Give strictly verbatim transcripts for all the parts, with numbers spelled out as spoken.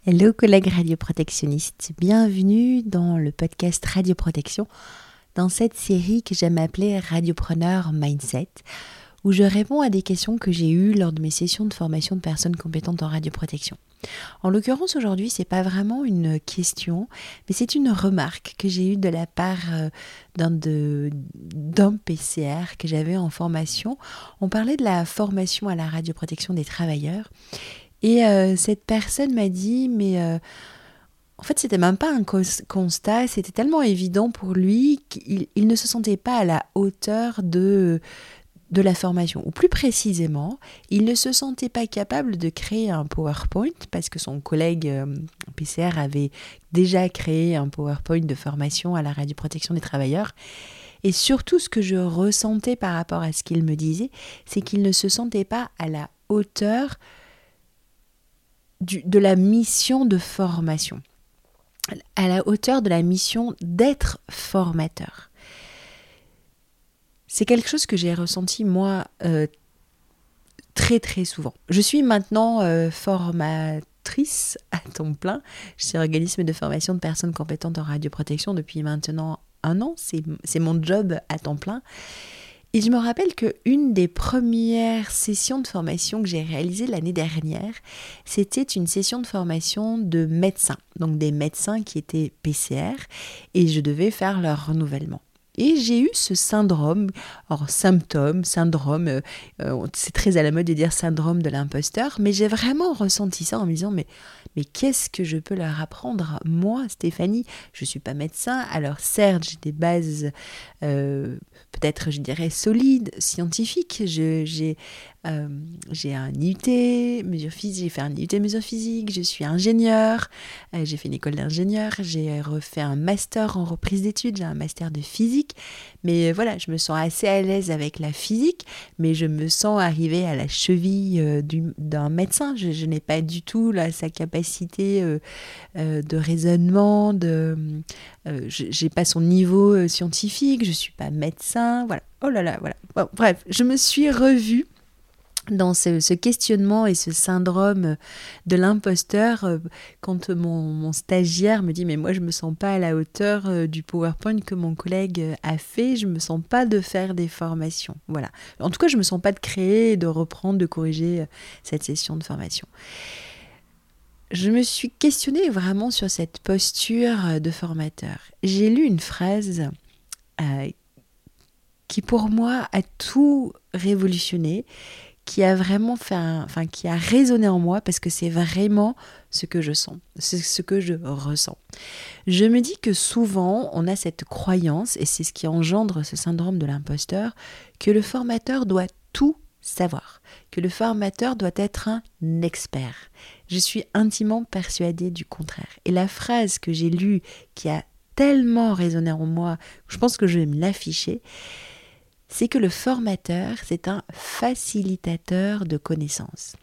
Hello collègues radioprotectionnistes, bienvenue dans le podcast Radioprotection, dans cette série que j'aime appeler Radiopreneur Mindset, où je réponds à des questions que j'ai eues lors de mes sessions de formation de personnes compétentes en radioprotection. En l'occurrence aujourd'hui, c'est pas vraiment une question, mais c'est une remarque que j'ai eue de la part d'un, de, d'un P C R que j'avais en formation. On parlait de la formation à la radioprotection des travailleurs. Et euh, cette personne m'a dit, mais euh, en fait, c'était même pas un cons- constat, c'était tellement évident pour lui qu'il il ne se sentait pas à la hauteur de, de la formation. Ou plus précisément, il ne se sentait pas capable de créer un PowerPoint parce que son collègue euh, P C R avait déjà créé un PowerPoint de formation à la radioprotection des travailleurs. Et surtout, ce que je ressentais par rapport à ce qu'il me disait, c'est qu'il ne se sentait pas à la hauteur Du, de la mission de formation, à la hauteur de la mission d'être formateur. C'est quelque chose que j'ai ressenti moi euh, très très souvent. Je suis maintenant euh, formatrice à temps plein. Je suis organisme de formation de personnes compétentes en radioprotection depuis maintenant un an. C'est, c'est mon job à temps plein. Et je me rappelle qu'une des premières sessions de formation que j'ai réalisées l'année dernière, c'était une session de formation de médecins, donc des médecins qui étaient P C R, et je devais faire leur renouvellement. Et j'ai eu ce syndrome, alors symptôme, syndrome, euh, euh, c'est très à la mode de dire syndrome de l'imposteur, mais j'ai vraiment ressenti ça en me disant, mais, mais qu'est-ce que je peux leur apprendre? Moi, Stéphanie, je ne suis pas médecin, alors certes, j'ai des bases, euh, peut-être, je dirais, solides, scientifiques, je, j'ai, euh, j'ai un I U T, mesure physique, j'ai fait un I U T mesure physique, je suis ingénieur, euh, j'ai fait une école d'ingénieur, j'ai refait un master en reprise d'études, j'ai un master de physique. Mais voilà, je me sens assez à l'aise avec la physique, mais je me sens arrivée à la cheville euh, du, d'un médecin. Je, je n'ai pas du tout là, sa capacité euh, euh, de raisonnement, de, euh, je n'ai pas son niveau euh, scientifique, je ne suis pas médecin. Voilà. Oh là là, voilà. Bon, bref, je me suis revue dans ce, ce questionnement et ce syndrome de l'imposteur euh, quand mon, mon stagiaire me dit mais moi je me sens pas à la hauteur euh, du PowerPoint que mon collègue euh, a fait, je me sens pas de faire des formations. Voilà. En tout cas, je me sens pas de créer, de reprendre, de corriger euh, cette session de formation. Je me suis questionnée vraiment sur cette posture de formateur. J'ai lu une phrase euh, qui pour moi a tout révolutionné, qui a vraiment fait un, enfin qui a résonné en moi parce que c'est vraiment ce que je sens, c'est ce que je ressens. Je me dis que souvent on a cette croyance, et c'est ce qui engendre ce syndrome de l'imposteur, que le formateur doit tout savoir, que le formateur doit être un expert. Je suis intimement persuadée du contraire. Et la phrase que j'ai lue qui a tellement résonné en moi, je pense que je vais me l'afficher, c'est que le formateur, c'est un facilitateur de connaissances.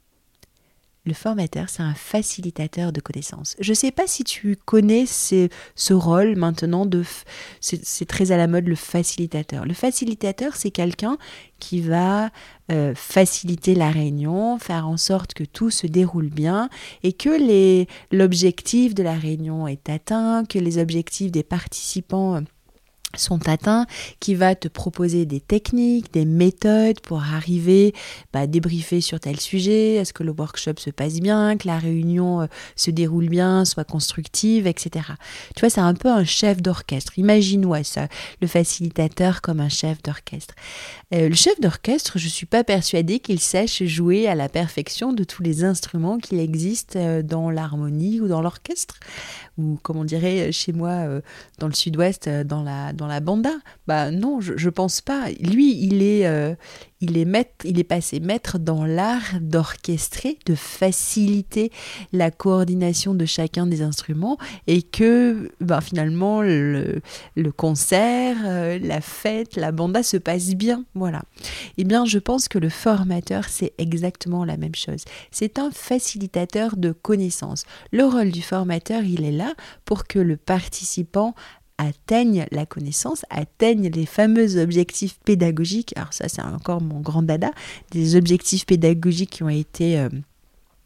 Le formateur, c'est un facilitateur de connaissances. Je ne sais pas si tu connais ce, ce rôle maintenant, de, c'est, c'est très à la mode, le facilitateur. Le facilitateur, c'est quelqu'un qui va euh, faciliter la réunion, faire en sorte que tout se déroule bien et que les, l'objectif de la réunion est atteint, que les objectifs des participants sont atteints, qui va te proposer des techniques, des méthodes pour arriver bah, à débriefer sur tel sujet, à ce que le workshop se passe bien, que la réunion euh, se déroule bien, soit constructive, et cetera. Tu vois, c'est un peu un chef d'orchestre. Imagine-moi ça, le facilitateur comme un chef d'orchestre. Euh, le chef d'orchestre, je ne suis pas persuadée qu'il sache jouer à la perfection de tous les instruments qu'il existe euh, dans l'harmonie ou dans l'orchestre, ou comme on dirait chez moi euh, dans le sud-ouest, euh, dans la dans la banda. Bah non, je, je pense pas. Lui, il est, euh, il est maître, il est passé maître dans l'art d'orchestrer, de faciliter la coordination de chacun des instruments, et que bah, finalement le, le concert, euh, la fête, la banda se passe bien. Voilà. Eh bien, je pense que le formateur, c'est exactement la même chose. C'est un facilitateur de connaissances. Le rôle du formateur, il est là pour que le participant atteignent la connaissance, atteignent les fameux objectifs pédagogiques. Alors ça, c'est encore mon grand dada, des objectifs pédagogiques qui ont été euh,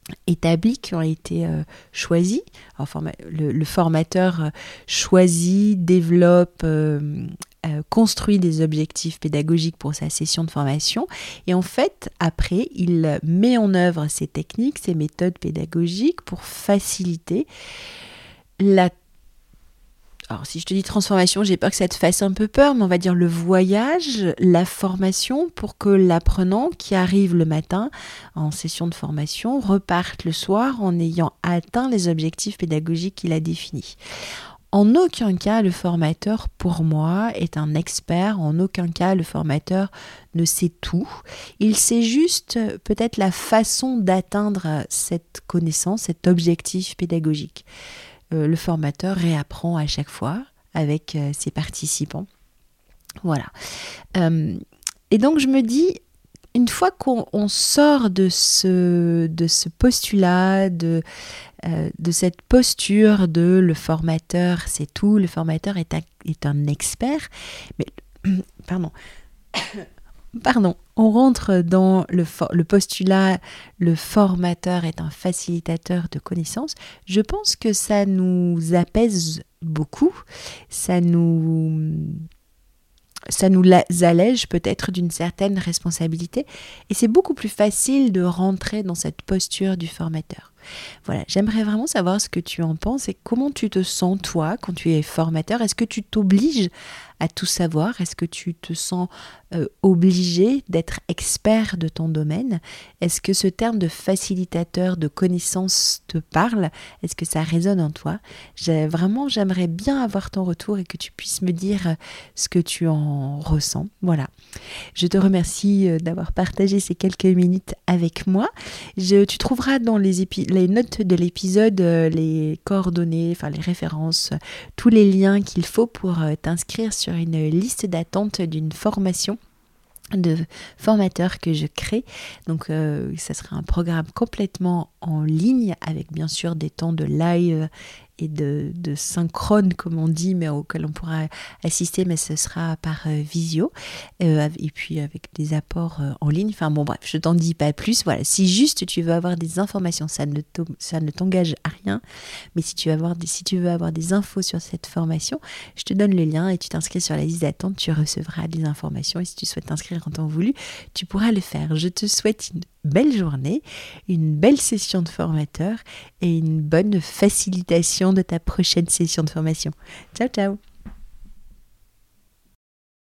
établis qui ont été euh, choisis. Alors, forma- le, le formateur euh, choisit, développe, euh, euh, construit des objectifs pédagogiques pour sa session de formation. Et en fait, après, il met en œuvre ces techniques, ces méthodes pédagogiques pour faciliter la... Alors, si je te dis transformation, j'ai peur que ça te fasse un peu peur, mais on va dire le voyage, la formation, pour que l'apprenant qui arrive le matin en session de formation reparte le soir en ayant atteint les objectifs pédagogiques qu'il a définis. En aucun cas, le formateur, pour moi, est un expert. En aucun cas, le formateur ne sait tout. Il sait juste peut-être la façon d'atteindre cette connaissance, cet objectif pédagogique. Euh, le formateur réapprend à chaque fois avec euh, ses participants. Voilà. Euh, et donc, je me dis, une fois qu'on on sort de ce, de ce postulat, de, euh, de cette posture de le formateur, c'est tout, le formateur est un, est un expert, mais, pardon, pardon, on rentre dans le, for- le postulat, le formateur est un facilitateur de connaissances, je pense que ça nous apaise beaucoup, ça nous... ça nous allège peut-être d'une certaine responsabilité et c'est beaucoup plus facile de rentrer dans cette posture du formateur. Voilà, j'aimerais vraiment savoir ce que tu en penses et comment tu te sens toi quand tu es formateur. Est-ce que tu t'obliges à tout savoir? Est-ce que tu te sens euh, obligé d'être expert de ton domaine? Est-ce que ce terme de facilitateur de connaissances te parle? Est-ce que ça résonne en toi? J'ai, vraiment, j'aimerais bien avoir ton retour et que tu puisses me dire ce que tu en ressens. Voilà. Je te remercie d'avoir partagé ces quelques minutes avec moi. Je, tu trouveras dans les, épi- les notes de l'épisode euh, les coordonnées, enfin les références, euh, tous les liens qu'il faut pour euh, t'inscrire sur une liste d'attente d'une formation de formateurs que je crée. Donc euh, ça sera un programme complètement en ligne avec bien sûr des temps de live et de, de synchrone comme on dit, mais auquel on pourra assister, mais ce sera par euh, visio euh, et puis avec des apports euh, en ligne. Enfin bon bref, je t'en dis pas plus. Voilà, si juste tu veux avoir des informations, ça ne, ça ne t'engage à rien, mais si tu veux avoir des, si tu veux avoir des infos sur cette formation, je te donne le lien et tu t'inscris sur la liste d'attente, tu recevras des informations et si tu souhaites t'inscrire en temps voulu, tu pourras le faire. Je te souhaite une belle journée, une belle session de formateur et une bonne facilitation de ta prochaine session de formation. Ciao, ciao!